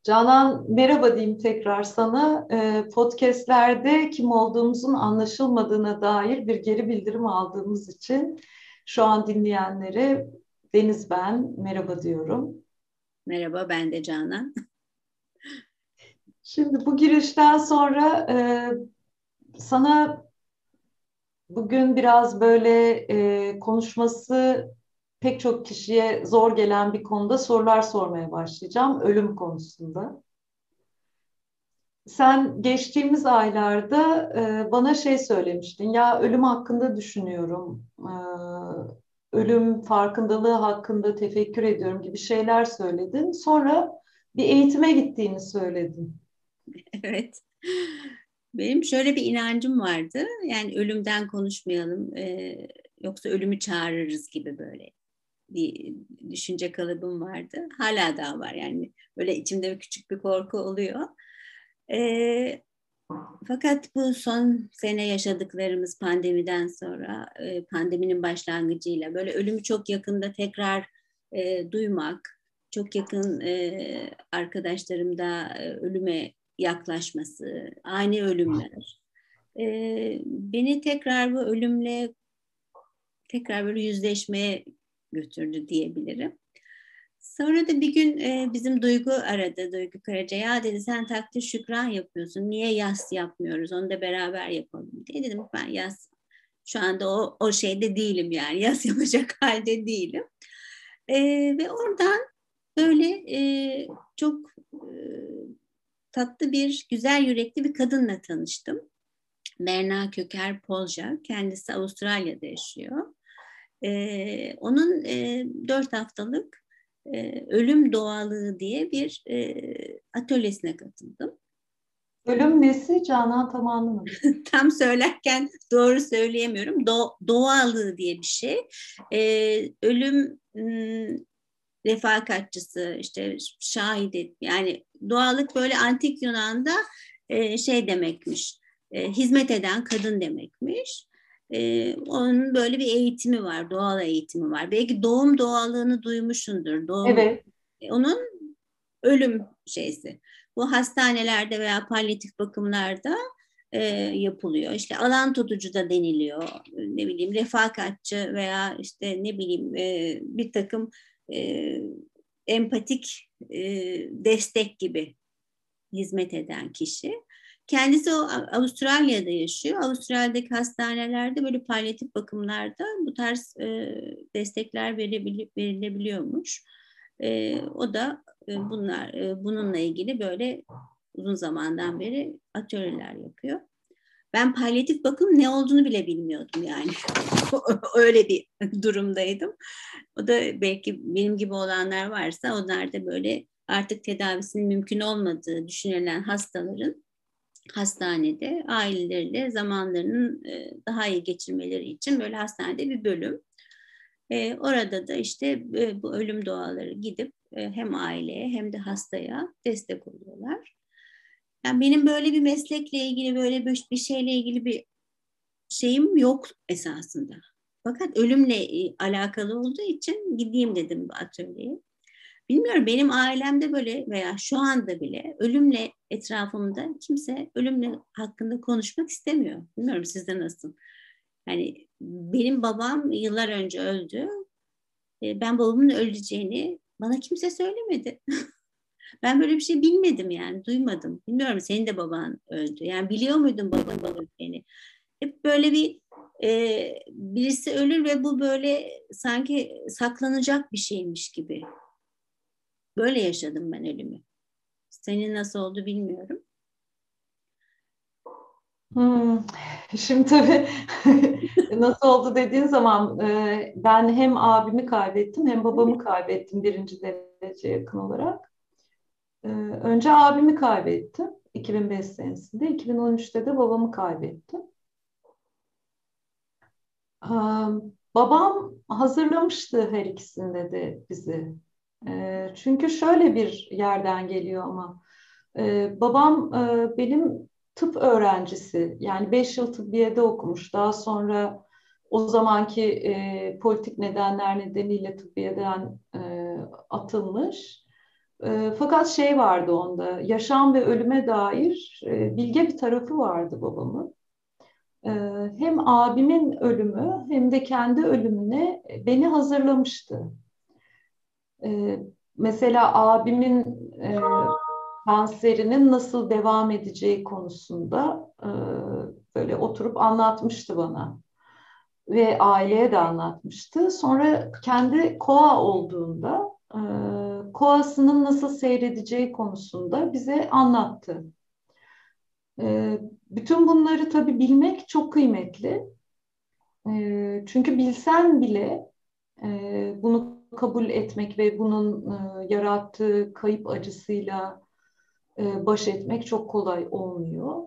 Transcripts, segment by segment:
Canan merhaba diyeyim tekrar sana. Podcast'lerde kim olduğumuzun anlaşılmadığına dair bir geri bildirim aldığımız için şu an dinleyenlere Deniz ben merhaba diyorum. Merhaba, ben de Canan. Şimdi bu girişten sonra sana bugün biraz böyle konuşması pek çok kişiye zor gelen bir konuda sorular sormaya başlayacağım. Ölüm konusunda. Sen geçtiğimiz aylarda bana şey söylemiştin. Ya ölüm hakkında düşünüyorum. Ölüm farkındalığı hakkında tefekkür ediyorum gibi şeyler söyledin. Sonra bir eğitime gittiğini söyledin. Evet. Benim şöyle bir inancım vardı. Yani ölümden konuşmayalım, yoksa ölümü çağırırız gibi böyle bir düşünce kalıbım vardı. Hala daha var yani. Böyle içimde bir küçük bir korku oluyor. E, Fakat bu son sene yaşadıklarımız pandemiden sonra, pandeminin başlangıcıyla böyle ölümü çok yakında tekrar duymak, çok yakın arkadaşlarımda ölüme yaklaşması, ani ölümler, beni tekrar bu ölümle tekrar böyle yüzleşmeye götürdü diyebilirim. Sonra da bir gün bizim Duygu aradı. Duygu Karaca, ya dedi, sen takdir şükran yapıyorsun. Niye yas yapmıyoruz? Onu da beraber yapalım diye. Dedim ben yas şu anda o şeyde değilim yani. Yas yapacak halde değilim. E, Ve oradan böyle çok tatlı bir, güzel yürekli bir kadınla tanıştım. Berna Köker Polja. Kendisi Avustralya'da yaşıyor. Onun 4 haftalık ölüm doğallığı diye bir atölyesine katıldım. Ölüm nesi Canan tam anlamadım. Tam söylerken doğru söyleyemiyorum. Doğallığı diye bir şey. Ölüm refakatçısı, işte şahit, yani doğallık böyle antik Yunan'da şey demekmiş. Hizmet eden kadın demekmiş. Onun böyle bir eğitimi var, doğal eğitimi var. Belki doğum doğallığını duymuşsundur. Evet. Onun ölüm şeysi. Bu hastanelerde veya palyatif bakımlarda yapılıyor. İşte alan tutucu da deniliyor. Ne bileyim refakatçi veya işte ne bileyim bir takım e, empatik destek gibi hizmet eden kişi. Kendisi Avustralya'da yaşıyor. Avustralya'daki hastanelerde böyle palyatif bakımlarda bu tarz destekler verilebiliyormuş. O da bununla ilgili böyle uzun zamandan beri atölyeler yapıyor. Ben palyatif bakım ne olduğunu bile bilmiyordum yani. Öyle bir durumdaydım. O da belki benim gibi olanlar varsa, onlar da böyle artık tedavisinin mümkün olmadığı düşünülen hastaların hastanede aileleriyle zamanlarının daha iyi geçirmeleri için böyle hastanede bir bölüm. Orada da işte bu ölüm duaları gidip hem aileye hem de hastaya destek oluyorlar. Yani benim böyle bir meslekle ilgili, böyle bir şeyle ilgili bir şeyim yok esasında. Fakat ölümle alakalı olduğu için gideyim dedim bu atölyeye. Bilmiyorum, benim ailemde böyle veya şu anda bile ölümle, etrafımda kimse ölümle hakkında konuşmak istemiyor. Bilmiyorum sizde nasıl? Yani benim babam yıllar önce öldü. Ben babamın öleceğini bana kimse söylemedi. Ben böyle bir şey bilmedim yani, duymadım. Bilmiyorum, senin de baban öldü. Yani biliyor muydun babanın öleceğini? Hep böyle bir birisi ölür ve bu böyle sanki saklanacak bir şeymiş gibi. Böyle yaşadım ben ölümü. Senin nasıl oldu bilmiyorum. Hmm. Şimdi tabii nasıl oldu dediğin zaman ben hem abimi kaybettim hem babamı kaybettim birinci derece yakın olarak. Önce abimi kaybettim 2005 senesinde. 2013'te de babamı kaybettim. Babam hazırlamıştı her ikisinde de bizi. Çünkü şöyle bir yerden geliyor ama babam benim tıp öğrencisi. Yani 5 yıl tıbbiyede okumuş. Daha sonra o zamanki politik nedenler nedeniyle tıbbiyeden atılmış. Fakat şey vardı onda, yaşam ve ölüme dair bilge bir tarafı vardı babamın. E, Hem abimin ölümü hem de kendi ölümüne beni hazırlamıştı. E, Mesela abimin kanserinin nasıl devam edeceği konusunda böyle oturup anlatmıştı bana ve aileye de anlatmıştı. Sonra kendi koa olduğunda koasının nasıl seyredeceği konusunda bize anlattı. Bütün bunları tabii bilmek çok kıymetli. Çünkü bilsen bile bunu kabul etmek ve bunun yarattığı kayıp acısıyla baş etmek çok kolay olmuyor.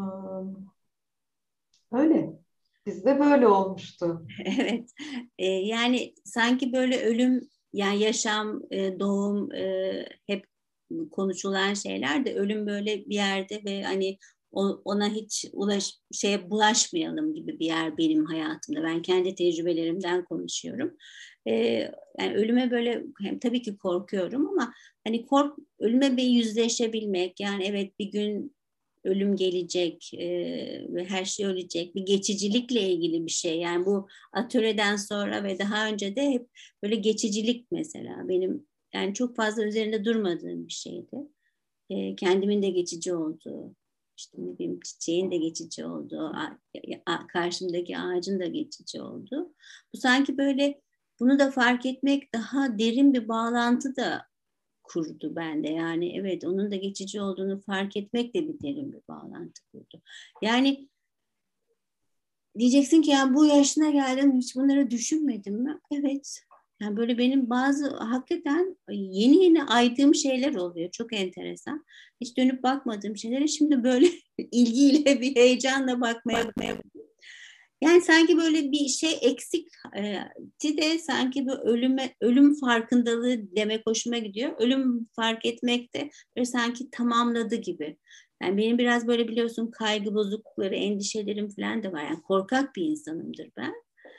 Öyle. Bizde böyle olmuştu. Evet. Yani sanki böyle ölüm, yani yaşam, doğum hep konuşulan şeyler de ölüm böyle bir yerde ve hani ona hiç bulaşmayalım gibi bir yer benim hayatımda. Ben kendi tecrübelerimden konuşuyorum. E, Yani ölüme böyle hem tabii ki korkuyorum ama hani ölüme bir yüzleşebilmek, yani evet, bir gün ölüm gelecek ve her şey ölecek. Bir geçicilikle ilgili bir şey. Yani bu atölyeden sonra ve daha önce de hep böyle geçicilik mesela benim, yani çok fazla üzerinde durmadığım bir şeydi. Kendimin de geçici olduğu, işte ne bileyim, çiçeğin de geçici olduğu, karşımdaki ağacın da geçici olduğu. Bu sanki böyle, bunu da fark etmek daha derin bir bağlantı da kurdu bende. Yani evet, onun da geçici olduğunu fark etmek de bir derin bir bağlantı kurdu. Yani diyeceksin ki ya bu yaşına geldim, hiç bunları düşünmedim mi? Evet. Yani böyle benim bazı hakikaten yeni yeni aydığım şeyler oluyor. Çok enteresan. Hiç dönüp bakmadığım şeylere şimdi böyle ilgiyle, bir heyecanla bakmaya. Yani sanki böyle bir şey eksik, de sanki bu ölüm farkındalığı demek hoşuma gidiyor. Ölüm fark etmek de böyle sanki tamamladı gibi. Yani benim biraz böyle, biliyorsun, kaygı bozuklukları, endişelerim falan da var. Yani korkak bir insanımdır ben.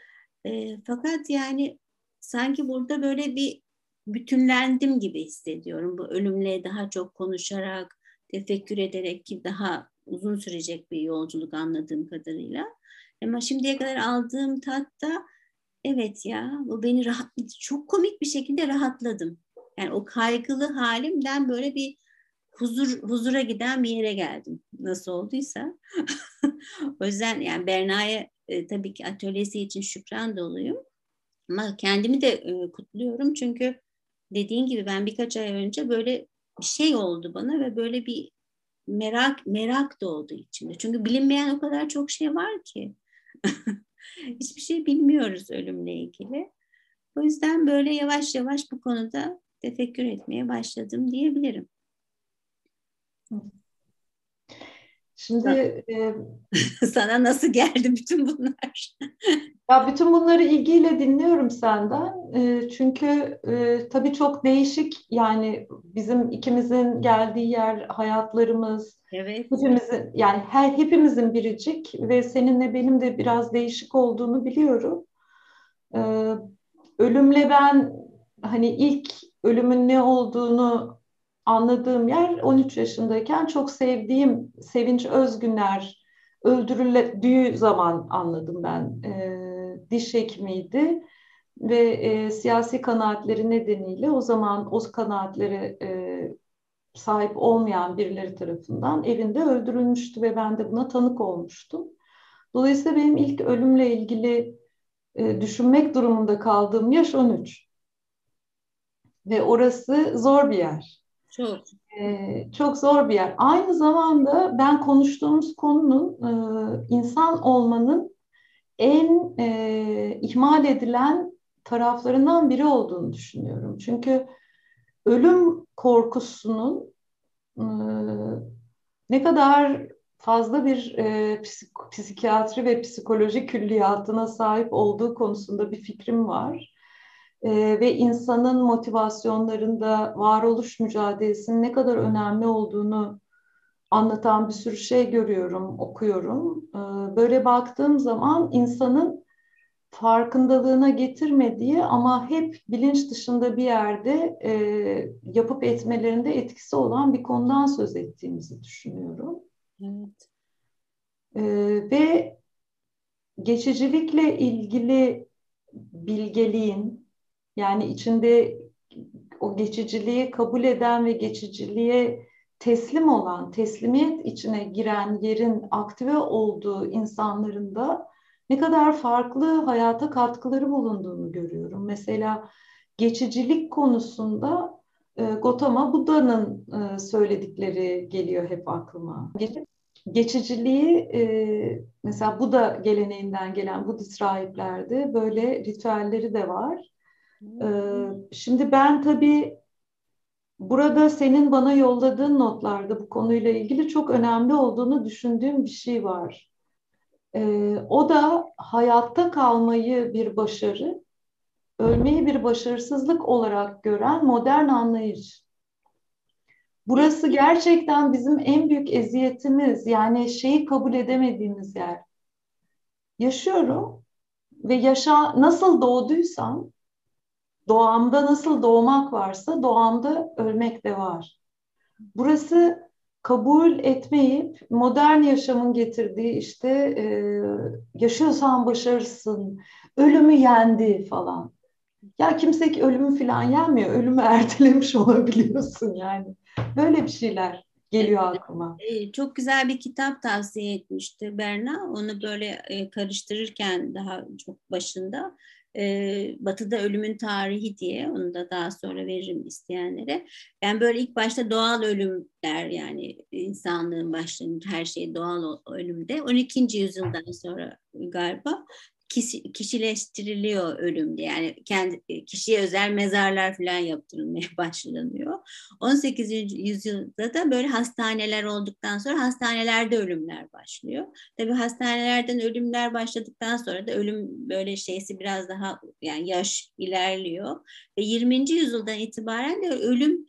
Fakat yani sanki burada böyle bir bütünlendim gibi hissediyorum. Bu ölümle daha çok konuşarak, tefekkür ederek, ki daha uzun sürecek bir yolculuk anladığım kadarıyla. Ama şimdiye kadar aldığım tatta, evet ya, bu beni çok komik bir şekilde rahatladım. Yani o kaygılı halimden böyle bir huzura giden bir yere geldim. Nasıl olduysa. O yüzden yani Berna'ya tabii ki atölyesi için şükran doluyum. Ama kendimi de kutluyorum, çünkü dediğin gibi ben birkaç ay önce böyle bir şey oldu bana ve böyle bir merak da oldu içimde. Çünkü bilinmeyen o kadar çok şey var ki. Hiçbir şey bilmiyoruz ölümle ilgili. O yüzden böyle yavaş yavaş bu konuda tefekkür etmeye başladım diyebilirim. Şimdi Sana nasıl geldi bütün bunlar? ya bütün bunları ilgiyle dinliyorum senden. Çünkü tabii çok değişik, yani bizim ikimizin geldiği yer, hayatlarımız, Evet. hepimizin, yani hepimizin biricik ve seninle benim de biraz değişik olduğunu biliyorum. Ee, Ölümle ben, hani ilk ölümün ne olduğunu anladığım yer 13 yaşındayken çok sevdiğim Sevinç Özgüner öldürüldüğü zaman anladım ben. Diş hekimiydi ve siyasi kanaatleri nedeniyle o zaman o kanaatlere sahip olmayan birileri tarafından evinde öldürülmüştü ve ben de buna tanık olmuştum. Dolayısıyla benim ilk ölümle ilgili düşünmek durumunda kaldığım yaş 13 ve orası zor bir yer. Çok. Çok zor bir yer. Aynı zamanda ben konuştuğumuz konunun insan olmanın en ihmal edilen taraflarından biri olduğunu düşünüyorum. Çünkü ölüm korkusunun e, ne kadar fazla bir psikiyatri ve psikoloji külliyatına sahip olduğu konusunda bir fikrim var. Ve insanın motivasyonlarında varoluş mücadelesinin ne kadar önemli olduğunu anlatan bir sürü şey görüyorum, okuyorum. Böyle baktığım zaman insanın farkındalığına getirmediği ama hep bilinç dışında bir yerde yapıp etmelerinde etkisi olan bir konudan söz ettiğimizi düşünüyorum. Evet. Ve geçicilikle ilgili bilgeliğin, yani içinde o geçiciliği kabul eden ve geçiciliğe teslim olan, teslimiyet içine giren yerin aktive olduğu insanların da ne kadar farklı hayata katkıları bulunduğunu görüyorum. Mesela geçicilik konusunda Gautama Buda'nın söyledikleri geliyor hep aklıma. Geçiciliği mesela Buda geleneğinden gelen Budist rahiplerde böyle ritüelleri de var. Şimdi ben tabii burada senin bana yolladığın notlarda bu konuyla ilgili çok önemli olduğunu düşündüğüm bir şey var. O da hayatta kalmayı bir başarı, ölmeyi bir başarısızlık olarak gören modern anlayış. Burası gerçekten bizim en büyük eziyetimiz, yani şeyi kabul edemediğimiz yer. Yaşıyorum ve nasıl doğduysam, doğamda nasıl doğmak varsa doğamda ölmek de var. Burası kabul etmeyip modern yaşamın getirdiği işte yaşıyorsan başarısın, ölümü yendi falan. Ya kimse ki ölümü falan yenmiyor. Ölümü ertelemiş olabiliyorsun yani. Böyle bir şeyler geliyor aklıma. Çok güzel bir kitap tavsiye etmişti Berna. Onu böyle karıştırırken daha çok başında Batı'da Ölümün Tarihi diye, onu da daha sonra veririm isteyenlere. Ben böyle ilk başta doğal ölüm der, yani insanlığın başlangıcı her şey doğal ölümde. 12. yüzyıldan sonra galiba kişileştiriliyor ölüm diye. Yani kendi kişiye özel mezarlar falan yaptırılmaya başlanıyor. 18. yüzyılda da böyle hastaneler olduktan sonra hastanelerde ölümler başlıyor. Tabii hastanelerden ölümler başladıktan sonra da ölüm böyle şeysi biraz daha, yani yaş ilerliyor. Ve 20. yüzyıldan itibaren de ölüm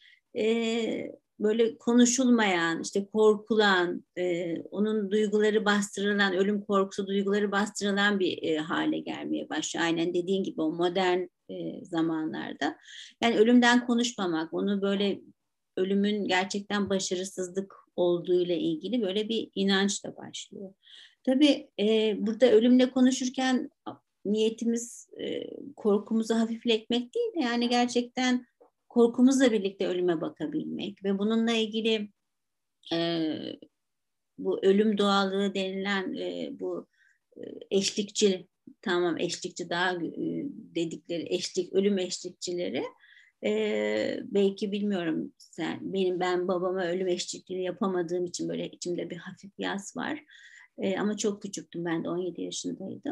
böyle konuşulmayan, işte korkulan, onun duyguları bastırılan, ölüm korkusu duyguları bastırılan bir hale gelmeye başlıyor. Aynen dediğin gibi o modern zamanlarda. Yani ölümden konuşmamak, onu böyle ölümün gerçekten başarısızlık olduğuyla ilgili böyle bir inançla başlıyor. Tabii burada ölümle konuşurken niyetimiz korkumuzu hafifletmek değil de, yani gerçekten korkumuzla birlikte ölüme bakabilmek ve bununla ilgili e, bu ölüm doğallığı denilen bu eşlikçi, tamam eşlikçi daha dedikleri ölüm eşlikçileri, belki bilmiyorum, ben babama ölüm eşlikliği yapamadığım için böyle içimde bir hafif yas var. Ama çok küçüktüm, ben de 17 yaşındaydım.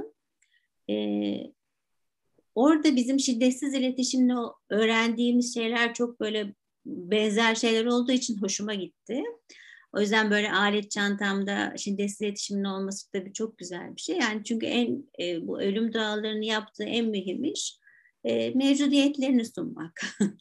Orada bizim şiddetsiz iletişimle öğrendiğimiz şeyler çok böyle benzer şeyler olduğu için hoşuma gitti. O yüzden böyle alet çantamda şiddetsiz iletişimin olması tabii çok güzel bir şey. Yani çünkü bu ölüm dualarını yaptığı en mühim iş mevcudiyetlerini sunmak.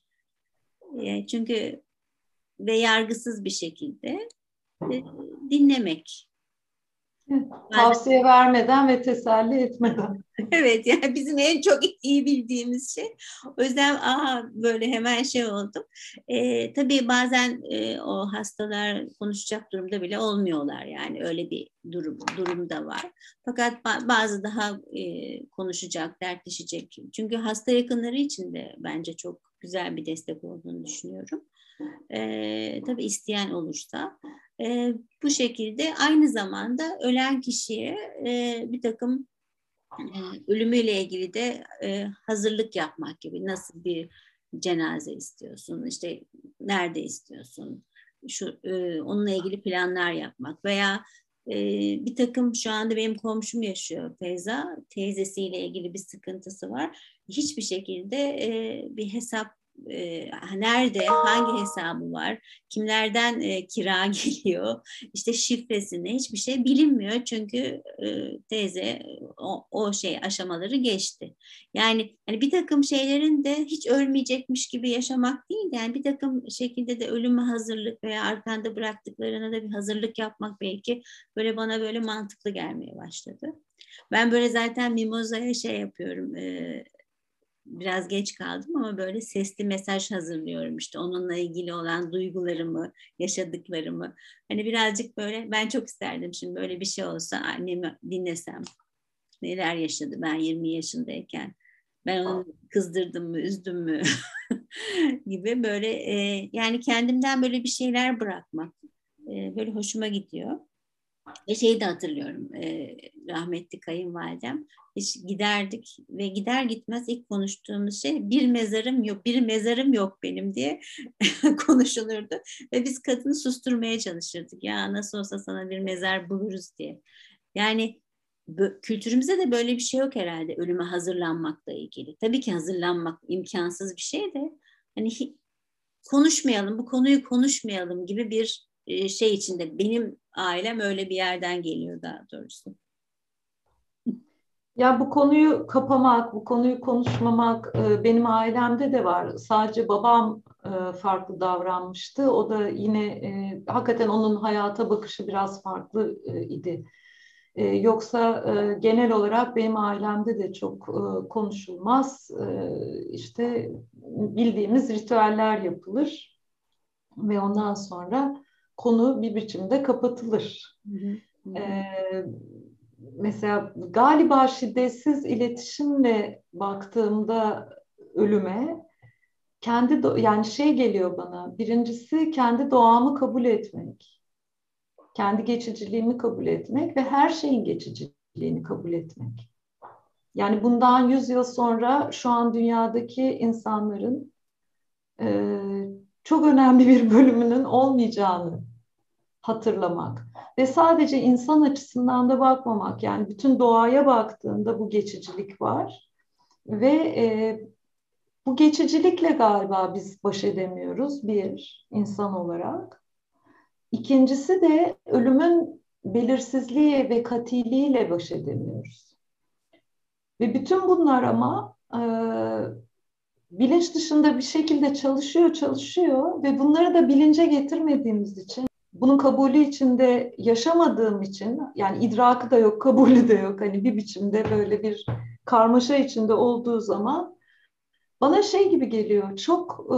Çünkü ve yargısız bir şekilde dinlemek. Bazen Tavsiye vermeden ve teselli etmeden. evet, yani bizim en çok iyi bildiğimiz şey. O yüzden böyle hemen şey oldum. Tabii bazen o hastalar konuşacak durumda bile olmuyorlar. Yani öyle bir durum da var. Fakat bazı daha konuşacak, dertleşecek. Çünkü hasta yakınları için de bence çok güzel bir destek olduğunu düşünüyorum. Tabii isteyen olursa. Bu şekilde aynı zamanda ölen kişiye bir takım ölümüyle ilgili de hazırlık yapmak gibi. Nasıl bir cenaze istiyorsun, işte nerede istiyorsun, onunla ilgili planlar yapmak veya bir takım, şu anda benim komşum yaşıyor Feyza, teyzesiyle ilgili bir sıkıntısı var. Hiçbir şekilde bir hesap, nerede, hangi hesabı var, kimlerden kira geliyor, işte şifresini, hiçbir şey bilinmiyor çünkü teyze o şey aşamaları geçti. Yani hani bir takım şeylerin de hiç ölmeyecekmiş gibi yaşamak değil de, yani bir takım şekilde de ölüme hazırlık veya arkanda bıraktıklarına da bir hazırlık yapmak belki böyle bana böyle mantıklı gelmeye başladı. Ben böyle zaten Mimoza'ya şey yapıyorum. Biraz geç kaldım ama böyle sesli mesaj hazırlıyorum, işte onunla ilgili olan duygularımı, yaşadıklarımı. Hani birazcık böyle, ben çok isterdim şimdi böyle bir şey olsa, annemi dinlesem neler yaşadı ben 20 yaşındayken. Ben onu kızdırdım mı, üzdüm mü gibi böyle, yani kendimden böyle bir şeyler bırakmak böyle hoşuma gidiyor. Ve şeyi de hatırlıyorum, rahmetli kayınvalidem, hiç giderdik ve gider gitmez ilk konuştuğumuz şey, bir mezarım yok, bir mezarım yok benim diye konuşulurdu. Ve biz kadını susturmaya çalışırdık. Ya nasıl olsa sana bir mezar buluruz diye. Yani kültürümüzde de böyle bir şey yok herhalde, ölüme hazırlanmakla ilgili. Tabii ki hazırlanmak imkansız bir şey de, hani konuşmayalım, bu konuyu konuşmayalım gibi bir şey içinde. Benim ailem öyle bir yerden geliyor daha doğrusu. Ya bu konuyu kapamak, bu konuyu konuşmamak benim ailemde de var. Sadece babam farklı davranmıştı. O da yine hakikaten onun hayata bakışı biraz farklı idi. Yoksa genel olarak benim ailemde de çok konuşulmaz. İşte bildiğimiz ritüeller yapılır ve ondan sonra konu bir biçimde kapatılır. Hı hı, hı hı. Ee, Mesela galiba şiddetsiz iletişimle baktığımda ölüme, yani şey geliyor bana. Birincisi kendi doğamı kabul etmek, kendi geçiciliğimi kabul etmek ve her şeyin geçiciliğini kabul etmek. Yani bundan 100 yıl sonra şu an dünyadaki insanların e, çok önemli bir bölümünün olmayacağını hatırlamak ve sadece insan açısından da bakmamak, yani bütün doğaya baktığında bu geçicilik var ve bu geçicilikle galiba biz baş edemiyoruz, bir insan olarak. İkincisi de ölümün belirsizliği ve katiliğiyle baş edemiyoruz. Ve bütün bunlar ama bilinç dışında bir şekilde çalışıyor ve bunları da bilince getirmediğimiz için, bunun kabulü içinde yaşamadığım için, yani idrakı da yok, kabulü de yok. Hani bir biçimde böyle bir karmaşa içinde olduğu zaman bana şey gibi geliyor, çok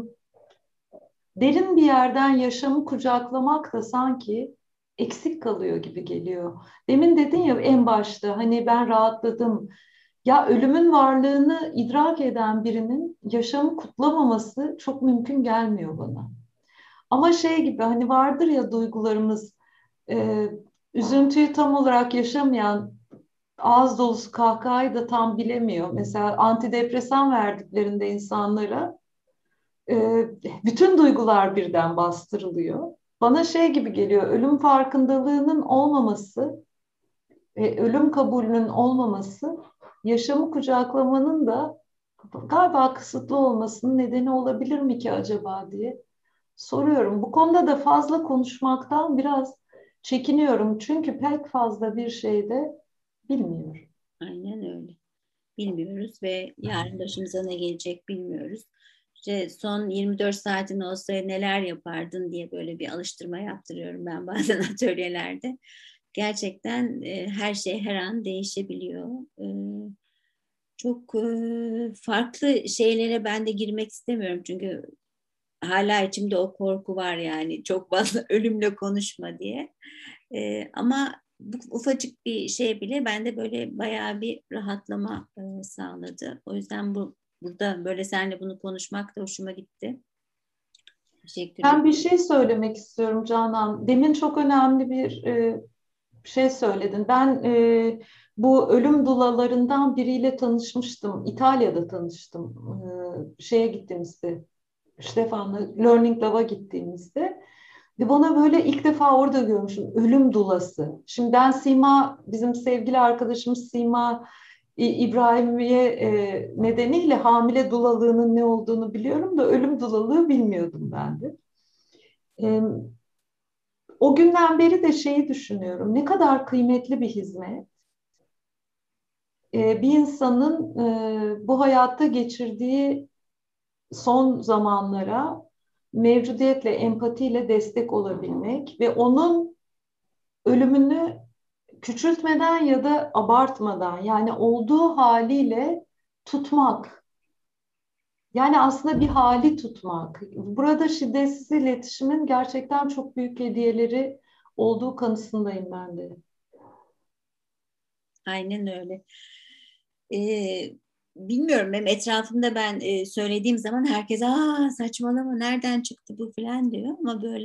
derin bir yerden yaşamı kucaklamak da sanki eksik kalıyor gibi geliyor. Demin dedin ya en başta, hani ben rahatladım. Ya ölümün varlığını idrak eden birinin yaşamı kutlamaması çok mümkün gelmiyor bana. Ama şey gibi, hani vardır ya duygularımız, e, üzüntüyü tam olarak yaşamayan ağız dolusu kahkahayı da tam bilemiyor. Mesela antidepresan verdiklerinde insanlara e, bütün duygular birden bastırılıyor. Bana şey gibi geliyor, ölüm farkındalığının olmaması ve ölüm kabulünün olmaması, yaşamı kucaklamanın da galiba kısıtlı olmasının nedeni olabilir mi ki acaba diye soruyorum. Bu konuda da fazla konuşmaktan biraz çekiniyorum. Çünkü pek fazla bir şey de bilmiyorum. Aynen öyle. Bilmiyoruz ve yarın başımıza ne gelecek bilmiyoruz. İşte son 24 saatin olsa neler yapardın diye böyle bir alıştırma yaptırıyorum ben bazen atölyelerde. Gerçekten her şey her an değişebiliyor. Çok farklı şeylere ben de girmek istemiyorum çünkü hala içimde o korku var, yani çok fazla ölümle konuşma diye. Ama bu ufacık bir şey bile bende böyle bayağı bir rahatlama sağladı. O yüzden burada böyle seninle bunu konuşmak da hoşuma gitti. Teşekkür ederim. Ben bir şey söylemek istiyorum Canan. Demin çok önemli bir şey söyledin. Ben bu ölüm dulalarından biriyle tanışmıştım. İtalya'da tanıştım. Şeye gittiğimizde, Stefan'la Learning Love'a gittiğimizde. Ve bana böyle ilk defa orada görmüşüm ölüm dulası. Şimdi ben Sima, bizim sevgili arkadaşımız Sima İbrahimiye nedeniyle hamile dulalığının ne olduğunu biliyorum da ölüm dulalığı bilmiyordum ben de. E, O günden beri de şeyi düşünüyorum. Ne kadar kıymetli bir hizmet. Bir insanın bu hayatta geçirdiği son zamanlara mevcudiyetle, empatiyle destek olabilmek ve onun ölümünü küçültmeden ya da abartmadan, yani olduğu haliyle tutmak. Yani aslında bir hali tutmak. Burada şiddetsiz iletişimin gerçekten çok büyük hediyeleri olduğu kanısındayım ben de. Aynen öyle. Ee, Bilmiyorum, benim etrafımda ben söylediğim zaman herkes saçmalama, nereden çıktı bu falan diyor, ama böyle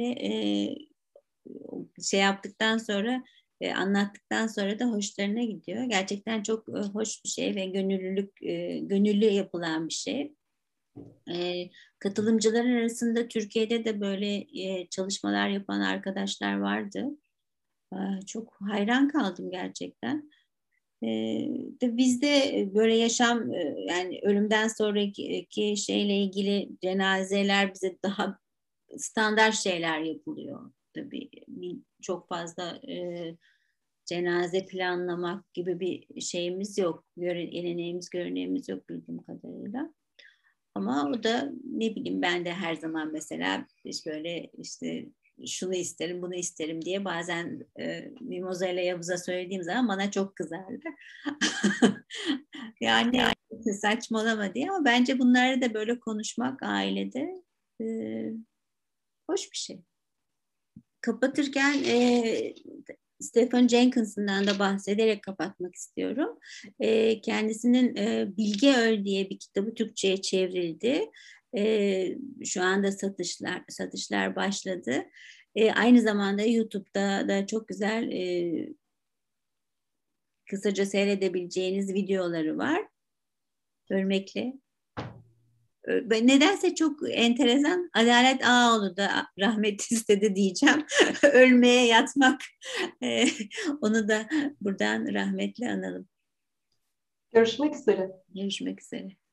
şey yaptıktan sonra, anlattıktan sonra da hoşlarına gidiyor. Gerçekten çok hoş bir şey ve gönüllü yapılan bir şey. Katılımcıların arasında Türkiye'de de böyle çalışmalar yapan arkadaşlar vardı. Çok hayran kaldım gerçekten. De bizde böyle yaşam, yani ölümden sonraki şeyle ilgili cenazeler bize daha standart şeyler yapılıyor. Tabii çok fazla cenaze planlamak gibi bir şeyimiz yok. Geleneğimiz, göreneğimiz yok bildiğim kadarıyla. Ama o da, ne bileyim, ben de her zaman mesela işte böyle işte şunu isterim, bunu isterim diye bazen Mimoza ile Yavuz'a söylediğim zaman bana çok kızardı. Yani saçmalama diye, ama bence bunları da böyle konuşmak ailede e, hoş bir şey. Kapatırken Stephen Jenkins'den de bahsederek kapatmak istiyorum. Kendisinin Bilge Öl diye bir kitabı Türkçe'ye çevrildi. Şu anda satışlar başladı. Aynı zamanda YouTube'da da çok güzel, kısaca seyredebileceğiniz videoları var. Ölmekle. Nedense çok enteresan. Adalet Ağaoğlu da rahmet istedi diyeceğim. Ölmeye yatmak. Onu da buradan rahmetle analım. Görüşmek üzere. Görüşmek üzere.